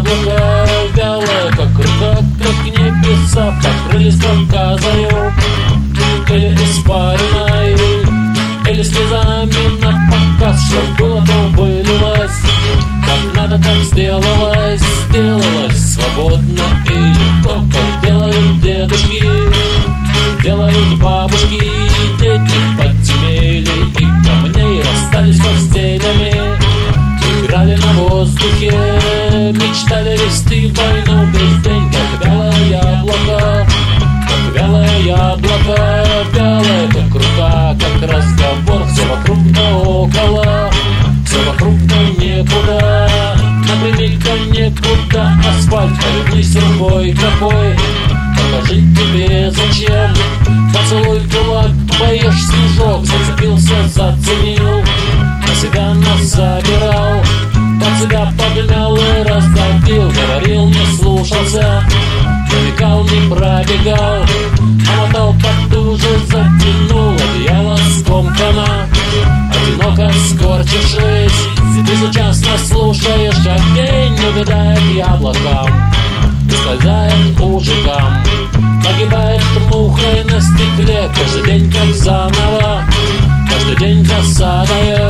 яблоко вялое, как рука, как небеса, покрылись проказою, или испариной, или слезами на показ. Что было, то вылилось, как надо, так сделалось, сделалось свободно и легко, как делают дедушки, делают бабушки, дети подземелий и камней расстались постелями, играли на воздухе, мечтали вести войну весь день, как вялое яблоко, как вялое яблоко, вялое, как рука, как разговор, все вокруг да около, все вокруг да некуда, напрямик-то некуда, асфальт, повернись рукой какой, покажи тебе зачем, поцелуй кулак, поешь снежок, зацепился, заценил, на себя нас забирал, под себя погнал и раздавил, говорил, не слушался, намекал, не пробегал, а мотал потуже, затянул, одеяло скомкано, одиноко скорчившись, безучастно слушаешь, как день увядает яблоком, ускользает ужиком, погибает мухой на стекле, каждый день как заново, каждый день засадою.